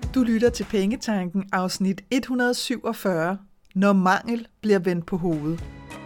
Du lytter til Pengetanken, afsnit 147, når mangel bliver vendt på hovedet.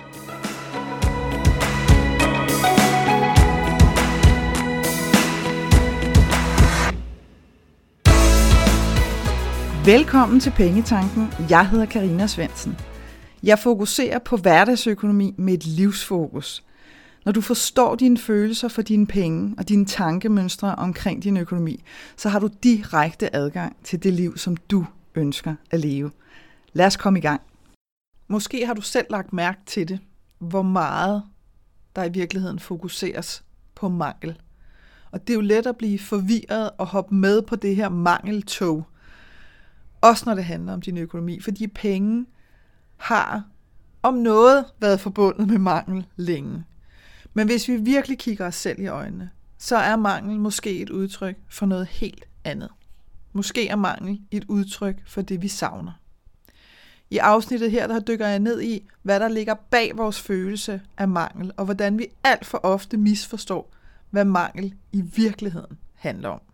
Velkommen til Pengetanken. Jeg hedder Karina Svendsen. Jeg fokuserer på hverdagsøkonomi med et livsfokus. Når du forstår dine følelser for dine penge og dine tankemønstre omkring din økonomi, så har du direkte adgang til det liv, som du ønsker at leve. Lad os komme i gang. Måske har du selv lagt mærke til det, hvor meget der i virkeligheden fokuseres på mangel. Og det er jo let at blive forvirret og hoppe med på det her mangeltog. Også når det handler om din økonomi, fordi penge har om noget været forbundet med mangel længe. Men hvis vi virkelig kigger os selv i øjnene, så er mangel måske et udtryk for noget helt andet. Måske er mangel et udtryk for det, vi savner. I afsnittet her, der dykker jeg ned i, hvad der ligger bag vores følelse af mangel, og hvordan vi alt for ofte misforstår, hvad mangel i virkeligheden handler om.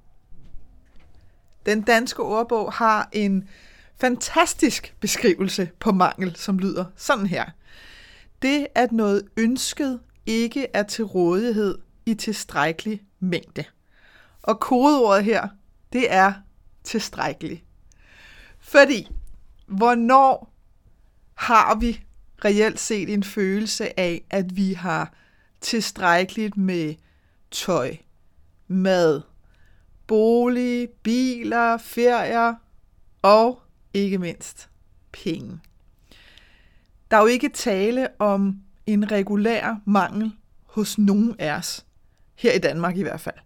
Den danske ordbog har en fantastisk beskrivelse på mangel, som lyder sådan her. Det, at noget ønsket ikke er til rådighed i tilstrækkelig mængde. Og kodeordet her, det er tilstrækkelig. Fordi, hvornår har vi reelt set en følelse af, at vi har tilstrækkeligt med tøj, mad, bolig, biler, ferier og ikke mindst penge? Der er jo ikke tale om en regulær mangel hos nogen af os, her i Danmark i hvert fald.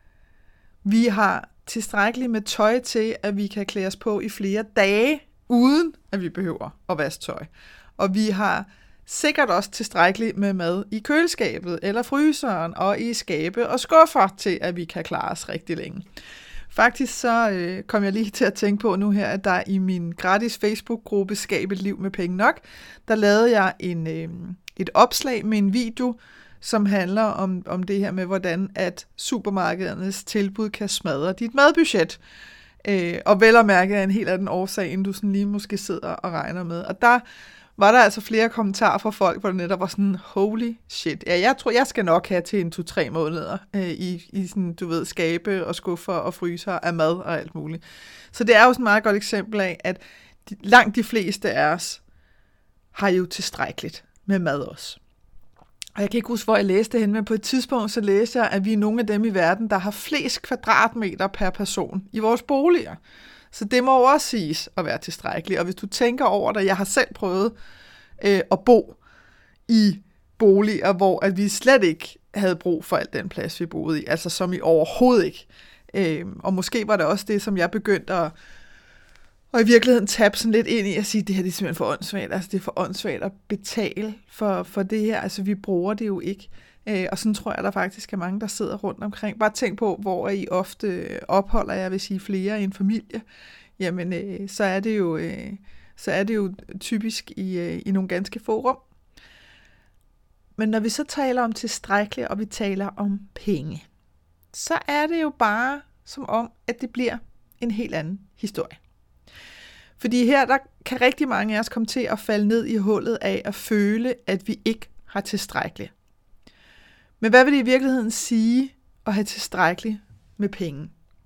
Vi har tilstrækkeligt med tøj til, at vi kan klæde os på i flere dage, uden at vi behøver at vaske tøj. Og vi har sikkert også tilstrækkeligt med mad i køleskabet eller fryseren og i skabe og skuffer til, at vi kan klare os rigtig længe. Faktisk så kom jeg lige til at tænke på nu her, at der i min gratis Facebook-gruppe Skab et liv med penge nok, der lavede jeg et opslag med en video, som handler om det her med, hvordan at supermarkedernes tilbud kan smadre dit madbudget. Og vel at mærke er en helt anden årsag, end du sådan lige måske sidder og regner med. Og der var der altså flere kommentarer fra folk, hvor det netop var sådan, holy shit. Ja, jeg tror, jeg skal nok have til 2-3 måneder i sådan, du ved, skabe og skuffer og fryser af mad og alt muligt. Så det er jo sådan et meget godt eksempel af, at langt de fleste af os har jo tilstrækkeligt med mad også. Og jeg kan ikke huske, hvor jeg læste det hen, men på et tidspunkt så læste jeg, at vi er nogle af dem i verden, der har flest kvadratmeter per person i vores boliger. Så det må også siges at være tilstrækkeligt. Og hvis du tænker over det, jeg har selv prøvet at bo i boliger, hvor at vi slet ikke havde brug for al den plads, vi boede i. Altså som i overhovedet ikke. Og måske var det også det, som jeg begyndte at i virkeligheden tabe sådan lidt ind i at sige, det her det er simpelthen for åndssvagt. Altså det er for åndssvagt at betale for det her. Altså vi bruger det jo ikke. Og sådan tror jeg, der faktisk er mange, der sidder rundt omkring. Bare tænk på, hvor I ofte opholder jer, hvis I er flere i en familie. Jamen, så er det jo typisk i nogle ganske få rum. Men når vi så taler om tilstrækkeligt, og vi taler om penge, så er det jo bare som om, at det bliver en helt anden historie. Fordi her, der kan rigtig mange af os komme til at falde ned i hullet af at føle, at vi ikke har tilstrækkeligt. Men hvad vil det i virkeligheden sige at have tilstrækkeligt med penge?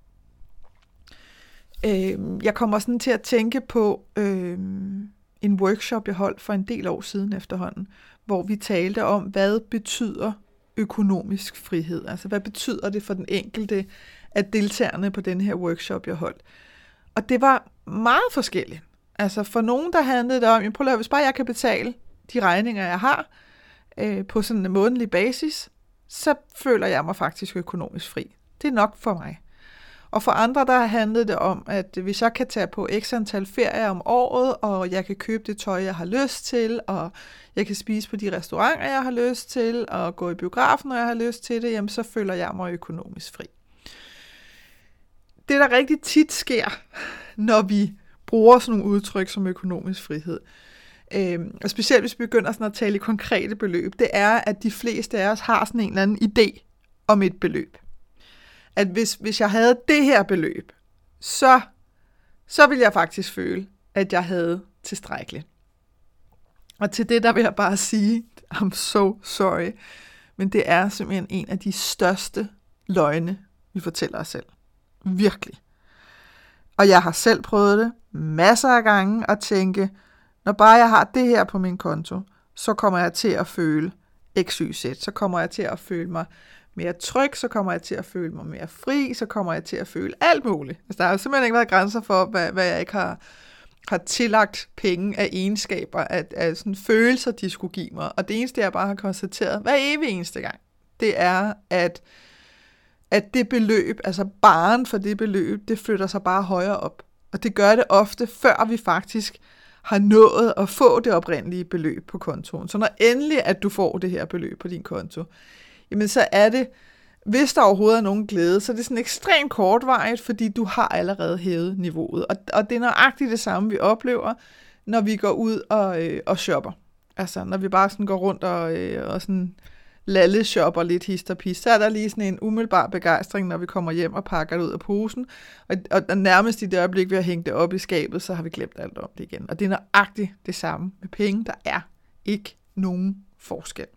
Jeg kommer sådan til at tænke på en workshop, jeg holdt for en del år siden efterhånden, hvor vi talte om, hvad betyder økonomisk frihed? Altså, hvad betyder det for den enkelte af deltagerne på den her workshop, jeg holdt? Og det var meget forskelligt. Altså, for nogen, der handlede det om, prøv at hvis bare jeg kan betale de regninger, jeg har, på sådan en månedlig basis, så føler jeg mig faktisk økonomisk fri. Det er nok for mig. Og for andre, der handlede det om, at hvis jeg kan tage på x antal ferier om året, og jeg kan købe det tøj, jeg har lyst til, og jeg kan spise på de restauranter, jeg har lyst til, og gå i biografen, når jeg har lyst til det, jamen så føler jeg mig økonomisk fri. Det, der rigtig tit sker, når vi bruger sådan nogle udtryk som økonomisk frihed, og specielt hvis vi begynder sådan at tale i konkrete beløb, det er, at de fleste af os har sådan en eller anden idé om et beløb. At hvis jeg havde det her beløb, så så ville jeg faktisk føle, at jeg havde tilstrækkeligt. Og til det, der vil jeg bare sige, I'm so sorry, men det er simpelthen en af de største løgne, vi fortæller os selv. Virkelig. Og jeg har selv prøvet det masser af gange at tænke, når bare jeg har det her på min konto, så kommer jeg til at føle XYZ, så kommer jeg til at føle mig mere tryg, så kommer jeg til at føle mig mere fri, så kommer jeg til at føle alt muligt. Altså, der har jo simpelthen ikke været grænser for, hvad jeg ikke har tillagt penge af egenskaber, af sådan følelser, de skulle give mig. Og det eneste, jeg bare har konstateret, hver evig eneste gang, det er, at det beløb, altså barren for det beløb, det flytter sig bare højere op. Og det gør det ofte, før vi faktisk har nået at få det oprindelige beløb på kontoen. Så når endelig, at du får det her beløb på din konto, jamen så er det, hvis der overhovedet er nogen glæde, så er det sådan ekstremt kortvarigt, fordi du har allerede hævet niveauet. Og det er nøjagtigt det samme, vi oplever, når vi går ud og shopper. Altså, når vi bare sådan går rundt og sådan lalle-shopper lidt hist og pis, så er der lige sådan en umiddelbar begejstring, når vi kommer hjem og pakker det ud af posen. Og nærmest i det øjeblik, vi har hængt det op i skabet, så har vi glemt alt om det igen. Og det er nøjagtigt det samme med penge. Der er ikke nogen forskel.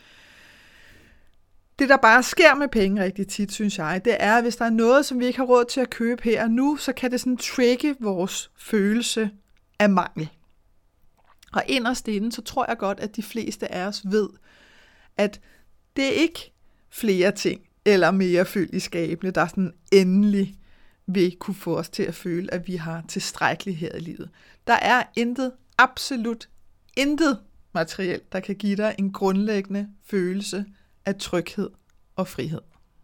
Det, der bare sker med penge rigtig tit, synes jeg, det er, at hvis der er noget, som vi ikke har råd til at købe her og nu, så kan det sådan trigge vores følelse af mangel. Og inderst inde, så tror jeg godt, at de fleste af os ved, at det er ikke flere ting eller mere fyld i skabene, der sådan endelig vil kunne få os til at føle, at vi har tilstrækkeligt her i livet. Der er intet, absolut intet materielt, der kan give dig en grundlæggende følelse af tryghed og frihed.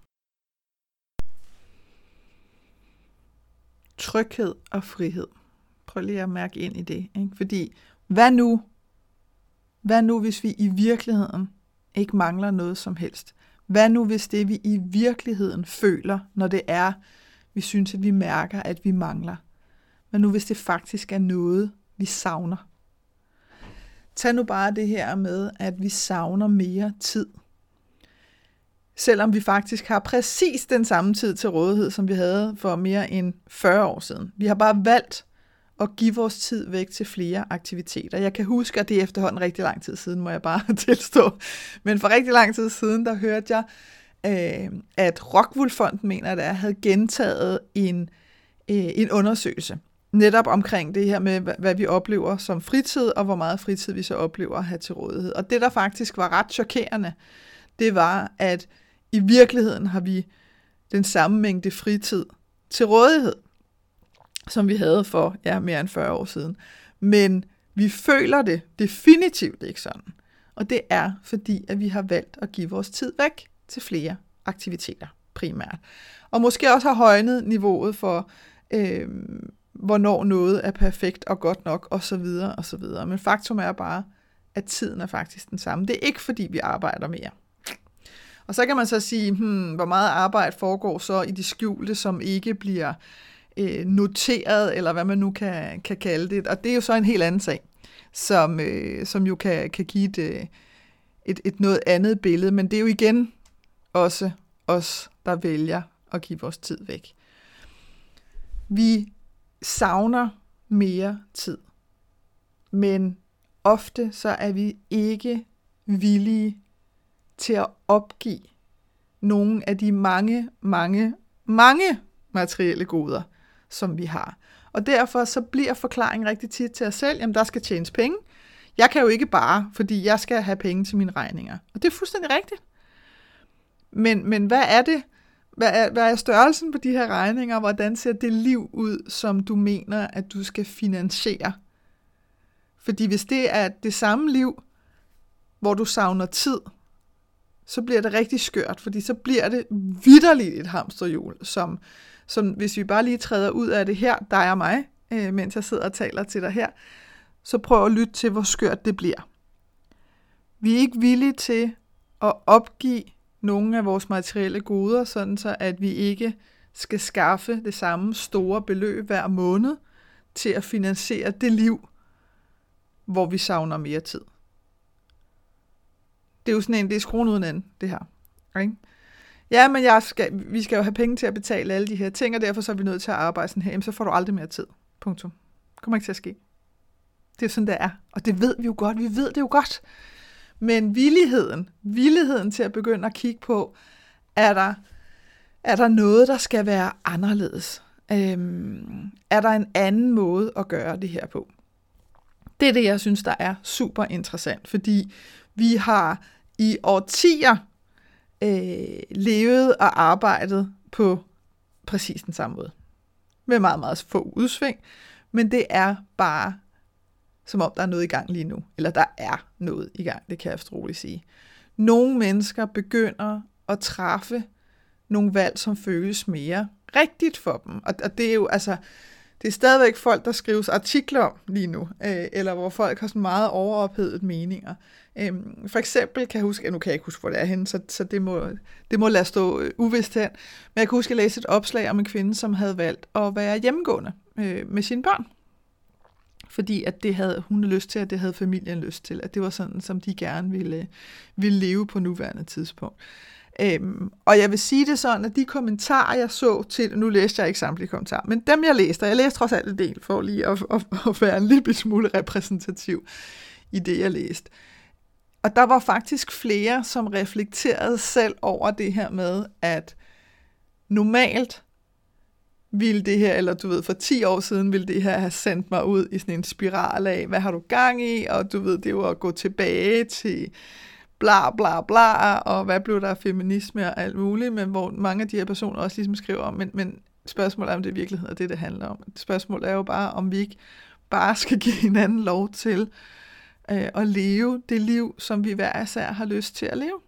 Tryghed og frihed. Prøv lige at mærke ind i det. Ikke? Fordi, hvad nu, hvis vi i virkeligheden ikke mangler noget som helst? Hvad nu, hvis det vi i virkeligheden føler, når det er, vi synes, at vi mærker, at vi mangler? Hvad nu, hvis det faktisk er noget, vi savner? Tag nu bare det her med, at vi savner mere tid. Selvom vi faktisk har præcis den samme tid til rådighed, som vi havde for mere end 40 år siden. Vi har bare valgt at give vores tid væk til flere aktiviteter. Jeg kan huske, at det er efterhånden rigtig lang tid siden, må jeg bare tilstå. Men for rigtig lang tid siden, der hørte jeg, at Rockwool Fonden, mener jeg, havde gentaget en undersøgelse. Netop omkring det her med, hvad vi oplever som fritid, og hvor meget fritid vi så oplever at have til rådighed. Og det, der faktisk var ret chokerende, det var, at i virkeligheden har vi den samme mængde fritid til rådighed, som vi havde for mere end 40 år siden. Men vi føler det definitivt ikke sådan. Og det er, fordi at vi har valgt at give vores tid væk til flere aktiviteter primært. Og måske også har højnet niveauet for, hvornår noget er perfekt og godt nok, osv. osv. Men faktum er bare, at tiden er faktisk den samme. Det er ikke, fordi vi arbejder mere. Og så kan man så sige, hvor meget arbejde foregår så i de skjulte, som ikke bliver noteret, eller hvad man nu kan kalde det. Og det er jo så en helt anden sag, som jo kan give et noget andet billede. Men det er jo igen også os, der vælger at give vores tid væk. Vi savner mere tid, men ofte så er vi ikke villige til at opgive nogle af de mange materielle goder, som vi har. Og derfor så bliver forklaringen rigtig tit til os selv, jamen der skal tjenes penge. Jeg kan jo ikke bare, fordi jeg skal have penge til mine regninger. Og det er fuldstændig rigtigt. Men hvad er det? Hvad er størrelsen på de her regninger? Hvordan ser det liv ud, som du mener, at du skal finansiere? Fordi hvis det er det samme liv, hvor du savner tid, så bliver det rigtig skørt, fordi så bliver det vitterligt et hamsterhjul, som hvis vi bare lige træder ud af det her, dig og mig, mens jeg sidder og taler til dig her, så prøv at lytte til, hvor skørt det bliver. Vi er ikke villige til at opgive nogle af vores materielle goder, sådan så at vi ikke skal skaffe det samme store beløb hver måned til at finansiere det liv, hvor vi savner mere tid. Det er jo sådan det er skruen uden ende, det her. Ikke? Ja, men vi skal jo have penge til at betale alle de her ting, og derfor så er vi nødt til at arbejde sådan her, jamen, så får du aldrig mere tid. Punktum. Det kommer ikke til at ske. Det er sådan, det er. Og det ved vi jo godt. Vi ved det jo godt. Men villigheden til at begynde at kigge på, er der noget, der skal være anderledes? Er der en anden måde at gøre det her på? Det er det, jeg synes, der er super interessant, fordi vi har i årtier levet og arbejdet på præcis den samme måde. Med meget, meget få udsving, men det er bare som om der er noget i gang lige nu. Eller der er noget i gang, det kan jeg roligt sige. Nogle mennesker begynder at træffe nogle valg, som føles mere rigtigt for dem. Og det er jo altså, det er stadigvæk folk, der skrives artikler om lige nu, eller hvor folk har sådan meget overophedet meninger. For eksempel kan jeg huske, nu kan jeg ikke huske, hvor det er henne, så det må lade stå uvist hen, men jeg kan huske, at jeg læste et opslag om en kvinde, som havde valgt at være hjemmegående med sine børn. Fordi at det havde hun lyst til, at det havde familien lyst til, at det var sådan, som de gerne ville leve på nuværende tidspunkt. Og jeg vil sige det sådan, at de kommentarer, jeg så til, nu læste jeg ikke samtlige kommentarer, men dem jeg læste trods alt en del, for lige at være en lille smule repræsentativ i det, jeg læste. Og der var faktisk flere, som reflekterede selv over det her med, at normalt ville det her, eller du ved, for 10 år siden ville det her have sendt mig ud i sådan en spiral af, hvad har du gang i, og du ved, det var at gå tilbage til bla bla bla, og hvad blev der af feminisme og alt muligt, men hvor mange af de her personer også ligesom skriver om, men spørgsmålet er, om det i virkeligheden er det handler om. Spørgsmålet er jo bare, om vi ikke bare skal give hinanden lov til at leve det liv, som vi hver især har lyst til at leve.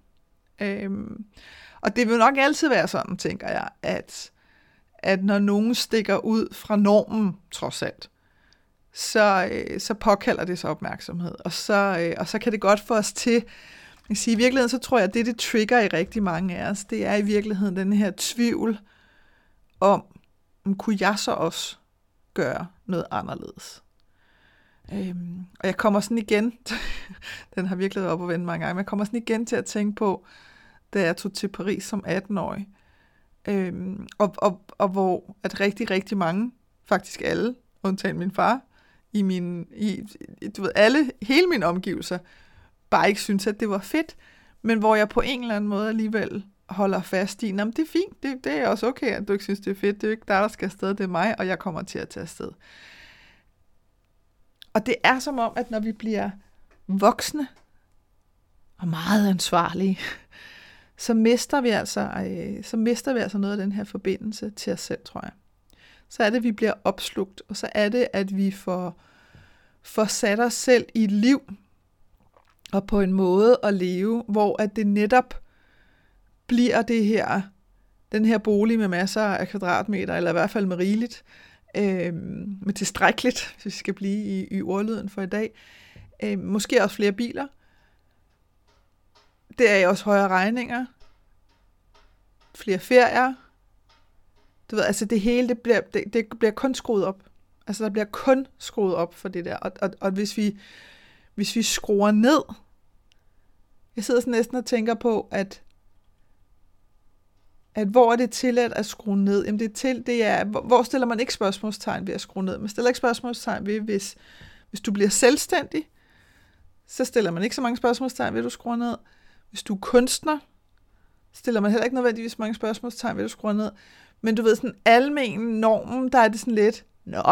Og det vil nok altid være sådan, tænker jeg, at når nogen stikker ud fra normen, trods alt, så påkalder det sig opmærksomhed. Og så kan det godt få os til, jeg siger, i virkeligheden, så tror jeg, at det trigger i rigtig mange af os, det er i virkeligheden den her tvivl om kunne jeg så også gøre noget anderledes? Og jeg kommer sådan igen, den har virkelig været op og vende mange gange, men jeg kommer sådan igen til at tænke på, da jeg tog til Paris som 18-årig, og hvor at rigtig, rigtig mange, faktisk alle, undtagen min far, du ved, hele mine omgivelser, bare ikke synes, at det var fedt, men hvor jeg på en eller anden måde alligevel holder fast i, det er fint, det er også okay, at du ikke synes, det er fedt, det er jo ikke dig, der skal afsted, det er mig, og jeg kommer til at tage afsted. Og det er som om, at når vi bliver voksne og meget ansvarlige, så mister vi altså noget af den her forbindelse til os selv, tror jeg. Så er det, at vi bliver opslugt, og så er det, at vi får sat os selv i et liv, og på en måde at leve, hvor at det netop bliver den her bolig med masser af kvadratmeter, eller i hvert fald med rigeligt, med tilstrækkeligt, hvis vi skal blive i ordlyden for i dag. Måske også flere biler. Det er også højere regninger. Flere ferier. Du ved, altså det hele, det bliver kun skruet op. Altså der bliver kun skruet op for det der. Og hvis vi skruer ned, jeg sidder sådan næsten og tænker på, at hvor er det tilladt at skrue ned? Jamen det er, hvor stiller man ikke spørgsmålstegn ved at skrue ned? Man stiller ikke spørgsmålstegn ved, hvis du bliver selvstændig, så stiller man ikke så mange spørgsmålstegn ved, at du skruer ned. Hvis du er kunstner, stiller man heller ikke nødvendigvis mange spørgsmålstegn ved, at du skruer ned. Men du ved, sådan almen normen, der er det sådan lidt,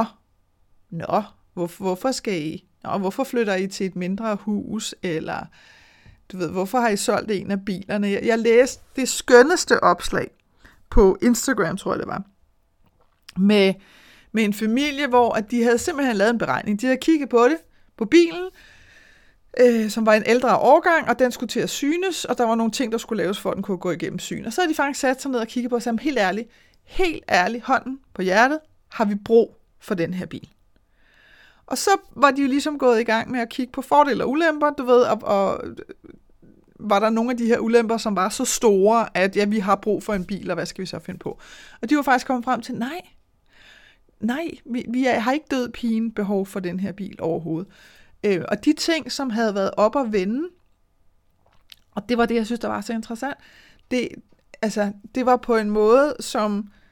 hvorfor skal I? Hvorfor flytter I til et mindre hus? Eller, du ved, hvorfor har I solgt en af bilerne? Jeg læste det skønneste opslag på Instagram, tror jeg det var, med en familie, hvor at de havde simpelthen lavet en beregning. De havde kigget på det, på bilen, som var en ældre årgang, og den skulle til at synes, og der var nogle ting, der skulle laves, for at den kunne gå igennem syn. Og så havde de faktisk sat sig ned og kigget på og sagt, helt ærligt, hånden på hjertet, har vi brug for den her bil? Og så var de jo ligesom gået i gang med at kigge på fordele og ulemper, du ved, og var der nogle af de her ulemper, som var så store, at ja, vi har brug for en bil, og hvad skal vi så finde på? Og de var faktisk kommet frem til, nej, vi har ikke død pigen behov for den her bil overhovedet. Og de ting, som havde været op at vende, og det var det, jeg synes, der var så interessant, det var på en måde, som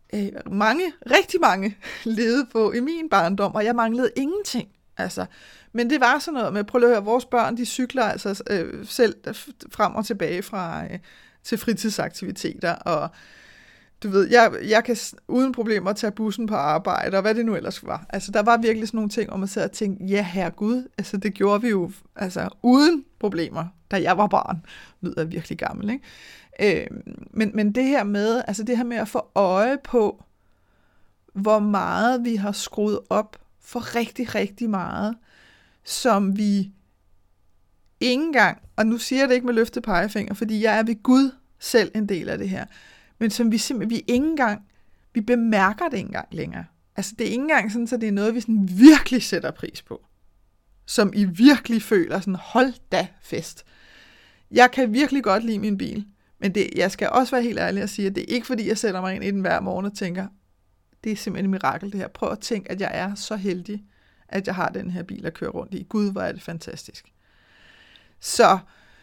rigtig mange levede på i min barndom, og jeg manglede ingenting. Altså, men det var sådan noget med, prøv at høre, vores børn, de cykler altså selv frem og tilbage til fritidsaktiviteter, og du ved, jeg kan uden problemer tage bussen på arbejde, og hvad det nu ellers var. Altså, der var virkelig sådan nogle ting, hvor man sad og tænkte, ja, herregud, altså det gjorde vi jo altså uden problemer, da jeg var barn. Lyder jeg virkelig gammel, ikke? Men det her med, altså det her med at få øje på, hvor meget vi har skruet op for rigtig, rigtig meget, som vi ikke engang, og nu siger jeg det ikke med løftet pegefinger, fordi jeg er ved Gud selv en del af det her, men som vi simpelthen, vi bemærker det ikke engang længere. Altså det er ikke engang sådan, så det er noget, vi sådan virkelig sætter pris på. Som I virkelig føler sådan, hold da fest. Jeg kan virkelig godt lide min bil, men jeg skal også være helt ærlig og sige, at det er ikke fordi, jeg sætter mig ind i den hver morgen og tænker, det er simpelthen et mirakel det her. Prøv at tænke, at jeg er så heldig, at jeg har den her bil at køre rundt i. Gud, hvor er det fantastisk. Så,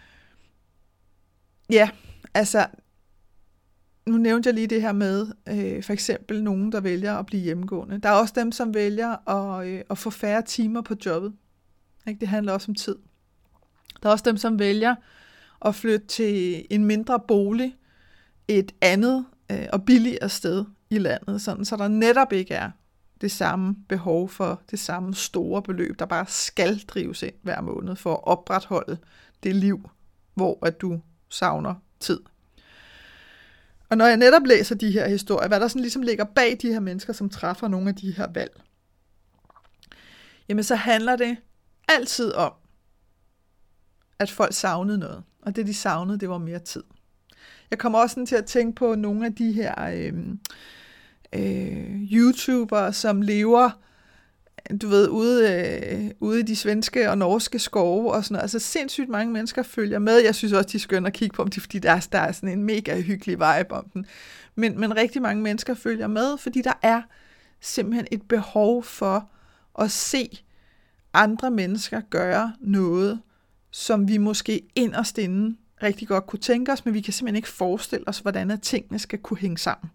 ja, altså, nu nævnte jeg lige det her med, for eksempel nogen, der vælger at blive hjemmegående. Der er også dem, som vælger at få færre timer på jobbet. Ikke? Det handler også om tid. Der er også dem, som vælger at flytte til en mindre bolig, et andet og billigere sted i landet, sådan, så der netop ikke er det samme behov for det samme store beløb, der bare skal drives ind hver måned for at opretholde det liv, hvor at du savner tid. Og når jeg netop læser de her historier, hvad der sådan ligesom ligger bag de her mennesker, som træffer nogle af de her valg, jamen så handler det altid om, at folk savnede noget. Og det de savnede, det var mere tid. Jeg kommer også sådan til at tænke på nogle af de her YouTubere, som lever, du ved, ude i de svenske og norske skove og sådan noget. Altså sindssygt mange mennesker følger med. Jeg synes også, de er skønne at kigge på dem, fordi der er sådan en mega hyggelig vibe om den. Men rigtig mange mennesker følger med, fordi der er simpelthen et behov for at se andre mennesker gøre noget, som vi måske inderst inde rigtig godt kunne tænke os, men vi kan simpelthen ikke forestille os, hvordan at tingene skal kunne hænge sammen.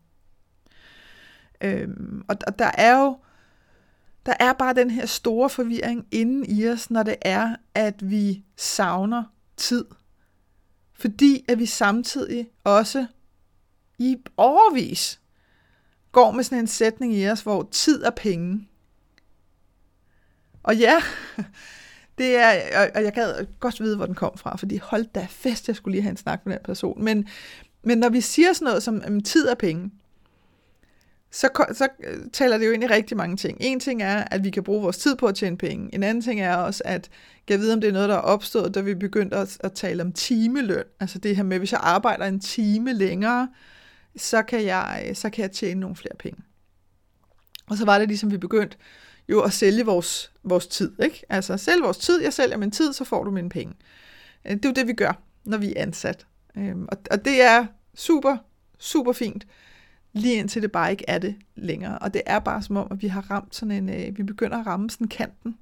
Og der er bare den her store forvirring inde i os, når det er, at vi savner tid. Fordi at vi samtidig også i årevis går med sådan en sætning i os, hvor tid er penge. Og ja, det er, og jeg kan godt vide, hvor den kom fra, fordi hold da fest, jeg skulle lige have en snak med den person. Men når vi siger sådan noget som tid er penge, så taler det jo ind i rigtig mange ting. En ting er, at vi kan bruge vores tid på at tjene penge. En anden ting er også, at jeg ved, om det er noget, der er opstået, da vi begyndte at tale om timeløn. Altså det her med, hvis jeg arbejder en time længere, så kan jeg tjene nogle flere penge. Og så var det ligesom, vi begyndte jo at sælge vores tid, ikke? Altså sælge vores tid, jeg sælger min tid, så får du mine penge. Det er jo det, vi gør, når vi er ansat. Og det er super, super fint, lige indtil det bare ikke er det længere. Og det er bare som om, at vi har ramt sådan vi begynder at ramme sådan kanten.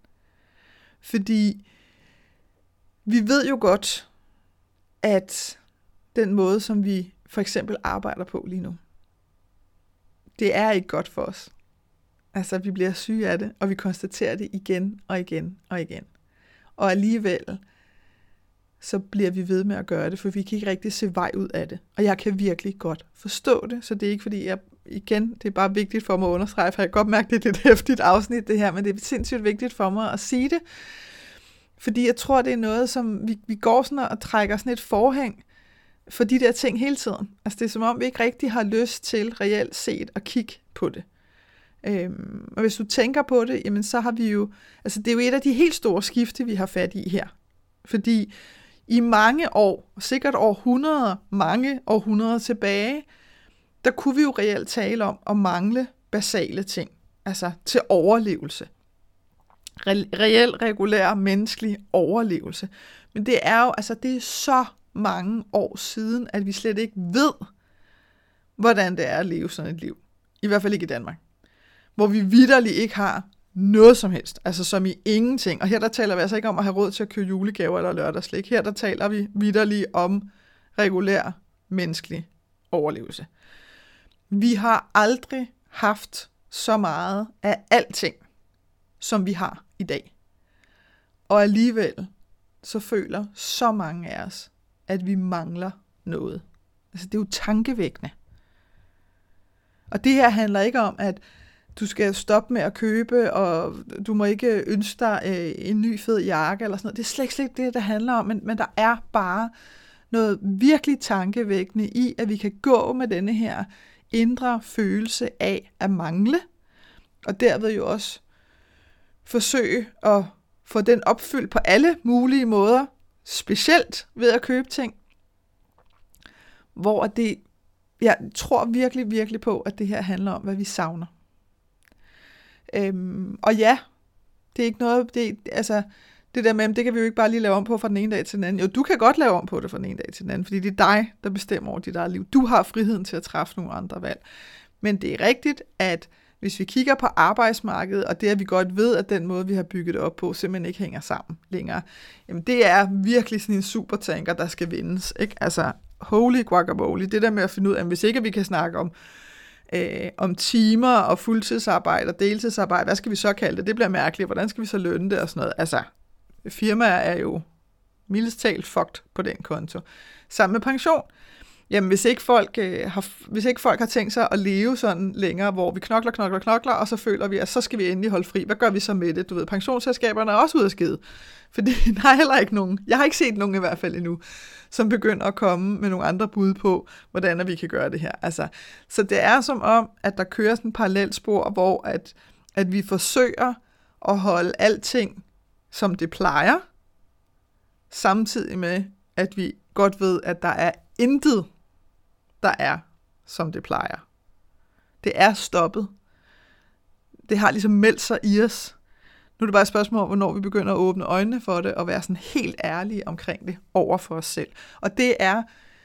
Fordi vi ved jo godt, at den måde, som vi for eksempel arbejder på lige nu, det er ikke godt for os. Altså, vi bliver syge af det, og vi konstaterer det igen og igen og igen. Og alligevel, så bliver vi ved med at gøre det, for vi kan ikke rigtig se vej ud af det. Og jeg kan virkelig godt forstå det, så det er ikke fordi, det er bare vigtigt for mig at understrege, for jeg kan godt mærke, det er et hæftigt afsnit det her, men det er sindssygt vigtigt for mig at sige det, fordi jeg tror, det er noget, som vi går sådan og trækker sådan et forhæng for de der ting hele tiden. Altså, det er som om, vi ikke rigtig har lyst til reelt set at kigge på det. Og hvis du tænker på det, jamen så har vi jo, altså det er jo et af de helt store skifte, vi har fat i her. Fordi i mange år, sikkert mange århundreder tilbage, der kunne vi jo reelt tale om at mangle basale ting, altså til overlevelse. Reelt, regulær, menneskelig overlevelse. Men det er jo, altså det er så mange år siden, at vi slet ikke ved, hvordan det er at leve sådan et liv. I hvert fald ikke i Danmark. Hvor vi vitterligt ikke har noget som helst, altså som i ingenting. Og her der taler vi altså ikke om at have råd til at købe julegaver eller lørdagsslik. Her der taler vi vitterligt om regulær menneskelig overlevelse. Vi har aldrig haft så meget af alting, som vi har i dag. Og alligevel så føler så mange af os, at vi mangler noget. Altså det er jo tankevækkende. Og det her handler ikke om, at du skal stoppe med at købe, og du må ikke ønske dig en ny fed jakke eller sådan noget. Det er slet ikke det, der handler om, men der er bare noget virkelig tankevækkende i, at vi kan gå med denne her indre følelse af at mangle, og derved jo også forsøge at få den opfyldt på alle mulige måder, specielt ved at købe ting, hvor jeg tror virkelig, virkelig på, at det her handler om, hvad vi savner. Og ja, det er ikke noget, det der med, det kan vi jo ikke bare lige lave om på fra den ene dag til den anden. Jo, du kan godt lave om på det fra den ene dag til den anden, fordi det er dig, der bestemmer over dit eget liv. Du har friheden til at træffe nogle andre valg. Men det er rigtigt, at hvis vi kigger på arbejdsmarkedet, og det at vi godt ved, at den måde, vi har bygget det op på, simpelthen ikke hænger sammen længere, jamen det er virkelig sådan en supertanker, der skal vindes, ikke? Altså, holy guacamole, det der med at finde ud af, hvis ikke vi kan snakke om timer og fuldtidsarbejde og deltidsarbejde, hvad skal vi så kalde det? Det bliver mærkeligt, hvordan skal vi så lønne det og sådan noget? Altså, firmaer er jo mildest talt fucked på den konto. Sammen med pension. Jamen, hvis ikke folk har tænkt sig at leve sådan længere, hvor vi knokler, og så føler vi, at så skal vi endelig holde fri. Hvad gør vi så med det? Du ved, pensionsselskaberne er også ude af skide. Fordi der er heller ikke nogen, jeg har ikke set nogen i hvert fald endnu, som begynder at komme med nogle andre bud på, hvordan vi kan gøre det her. Altså, så det er som om, at der kører sådan en parallelspor, hvor at vi forsøger at holde alting, som det plejer, samtidig med, at vi godt ved, at der er intet, der er, som det plejer. Det er stoppet. Det har ligesom meldt sig i os. Nu er det bare et spørgsmål om, hvornår vi begynder at åbne øjnene for det, og være sådan helt ærlige omkring det over for os selv. Og det er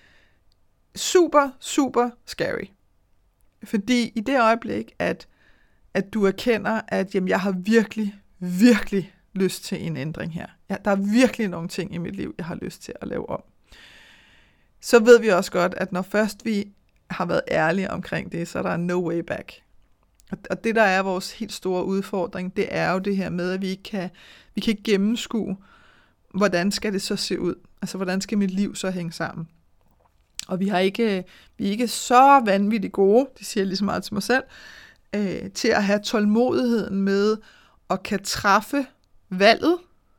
super, super scary. Fordi i det øjeblik, at du erkender, at jamen, jeg har virkelig, virkelig lyst til en ændring her. Ja, der er virkelig nogle ting i mit liv, jeg har lyst til at lave om. Så ved vi også godt, at når først vi har været ærlige omkring det, så er der no way back. Og det, der er vores helt store udfordring, det er jo det her med, at vi kan gennemskue, hvordan skal det så se ud? Altså, hvordan skal mit liv så hænge sammen? Og vi er ikke så vanvittigt gode, det siger jeg lige så meget til mig selv, til at have tålmodigheden med at kan træffe valget,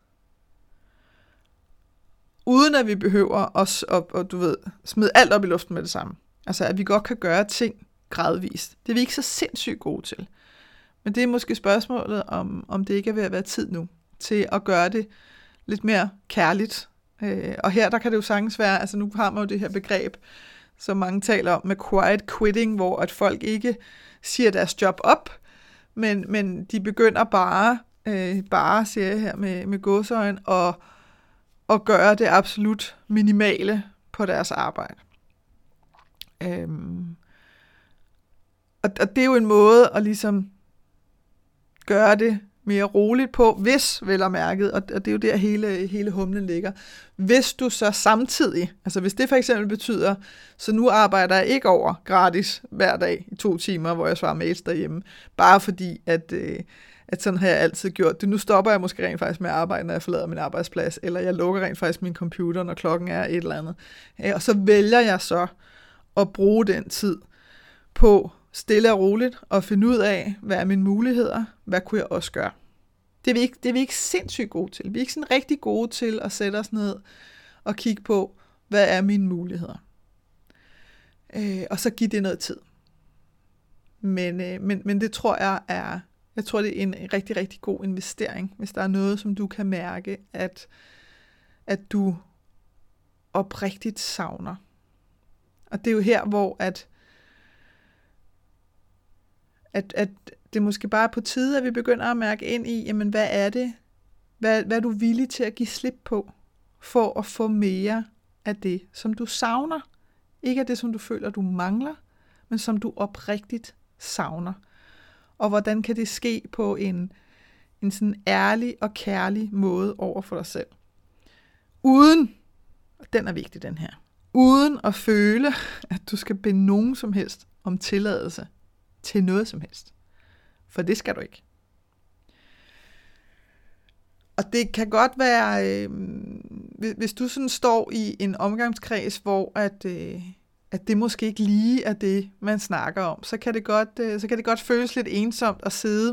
uden at vi behøver at du ved, smide alt op i luften med det samme. Altså, at vi godt kan gøre ting gradvist. Det er vi ikke så sindssygt gode til. Men det er måske spørgsmålet, om det ikke er ved at være tid nu, til at gøre det lidt mere kærligt. Og her, der kan det jo sagtens være, altså nu har man jo det her begreb, som mange taler om med quiet quitting, hvor at folk ikke siger deres job op, men de begynder bare siger jeg her med gåseøjne, og gøre det absolut minimale på deres arbejde. Og det er jo en måde at ligesom gøre det mere roligt på, hvis vel er mærket, og det er jo der hele humlen ligger. Hvis du så samtidig, altså hvis det for eksempel betyder, så nu arbejder jeg ikke over gratis hver dag i 2 timer, hvor jeg svarer mails derhjemme, bare fordi, at sådan har jeg altid gjort det. Nu stopper jeg måske rent faktisk med at arbejde, når jeg forlader min arbejdsplads, eller jeg lukker rent faktisk min computer, når klokken er et eller andet. Og så vælger jeg så at bruge den tid på stille og roligt og finde ud af, hvad er mine muligheder, hvad kunne jeg også gøre. Det er vi ikke sindssygt gode til. Vi er ikke sådan rigtig gode til at sætte os ned og kigge på, hvad er mine muligheder. Og så give det noget tid. Men det tror jeg det er en rigtig, rigtig god investering, hvis der er noget, som du kan mærke, at du oprigtigt savner. Og det er jo her, hvor at det måske bare er på tide, at vi begynder at mærke ind i, jamen hvad er det? Hvad er du villig til at give slip på, for at få mere af det, som du savner? Ikke af det, som du føler, du mangler, men som du oprigtigt savner. Og hvordan kan det ske på en sådan ærlig og kærlig måde over for dig selv? Uden, og den er vigtig den her, uden at føle, at du skal bede nogen som helst om tilladelse til noget som helst. For det skal du ikke. Og det kan godt være, hvis du sådan står i en omgangskreds, hvor at det måske ikke lige er det, man snakker om, så kan det godt føles lidt ensomt at sidde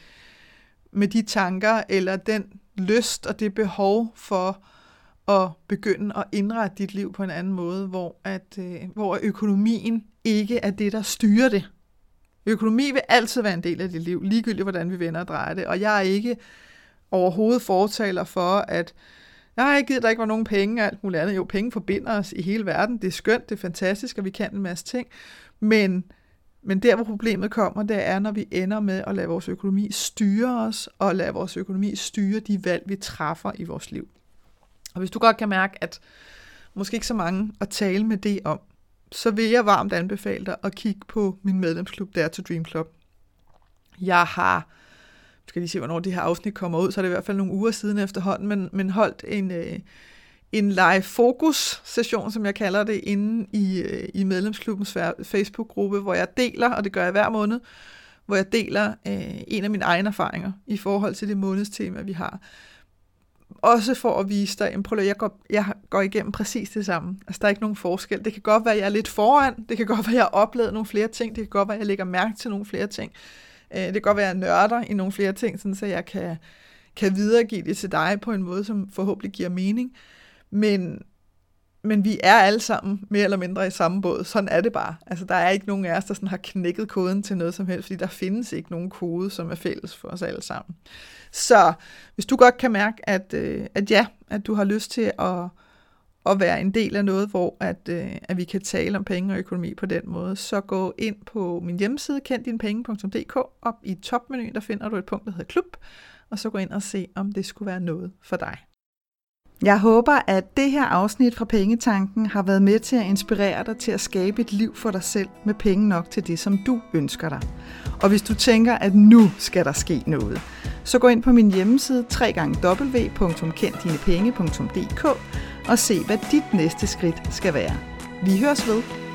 med de tanker, eller den lyst og det behov for at begynde at indrette dit liv på en anden måde, hvor økonomien ikke er det, der styrer det. Økonomi vil altid være en del af dit liv, ligegyldigt hvordan vi vender og drejer det, og jeg er ikke overhovedet fortaler for, at jeg gider der ikke var nogen penge og alt muligt andet. Jo, penge forbinder os i hele verden. Det er skønt, det er fantastisk, og vi kan en masse ting. Men der, hvor problemet kommer, det er, når vi ender med at lade vores økonomi styre os, og lade vores økonomi styre de valg, vi træffer i vores liv. Og hvis du godt kan mærke, at måske ikke så mange at tale med det om, så vil jeg varmt anbefale dig at kigge på min medlemsklub, Dare to Dream Club. Jeg har, skal lige se, hvornår det her afsnit kommer ud, så er det i hvert fald nogle uger siden efterhånden, men holdt en live fokus session, som jeg kalder det, inde i medlemsklubbens Facebook-gruppe, hvor jeg deler, og det gør jeg hver måned, hvor jeg deler en af mine egne erfaringer i forhold til det månedstema, vi har. Også for at vise dig, jeg går igennem præcis det samme. Altså, der er ikke nogen forskel. Det kan godt være, at jeg er lidt foran. Det kan godt være, at jeg har oplevet nogle flere ting. Det kan godt være, at jeg lægger mærke til nogle flere ting. Det kan godt være, at jeg nørder i nogle flere ting, sådan så jeg kan videregive det til dig på en måde, som forhåbentlig giver mening. Men vi er alle sammen mere eller mindre i samme båd. Sådan er det bare. Altså, der er ikke nogen af os, der sådan har knækket koden til noget som helst, fordi der findes ikke nogen kode, som er fælles for os alle sammen. Så hvis du godt kan mærke, at du har lyst til at være en del af noget, hvor at vi kan tale om penge og økonomi på den måde, så gå ind på min hjemmeside, kenddinepenge.dk. Op i topmenuen, der finder du et punkt, der hedder klub, og så gå ind og se, om det skulle være noget for dig. Jeg håber, at det her afsnit fra Pengetanken har været med til at inspirere dig til at skabe et liv for dig selv med penge nok til det, som du ønsker dig. Og hvis du tænker, at nu skal der ske noget, så gå ind på min hjemmeside www.kenddinepenge.dk og se, hvad dit næste skridt skal være. Vi høres ved.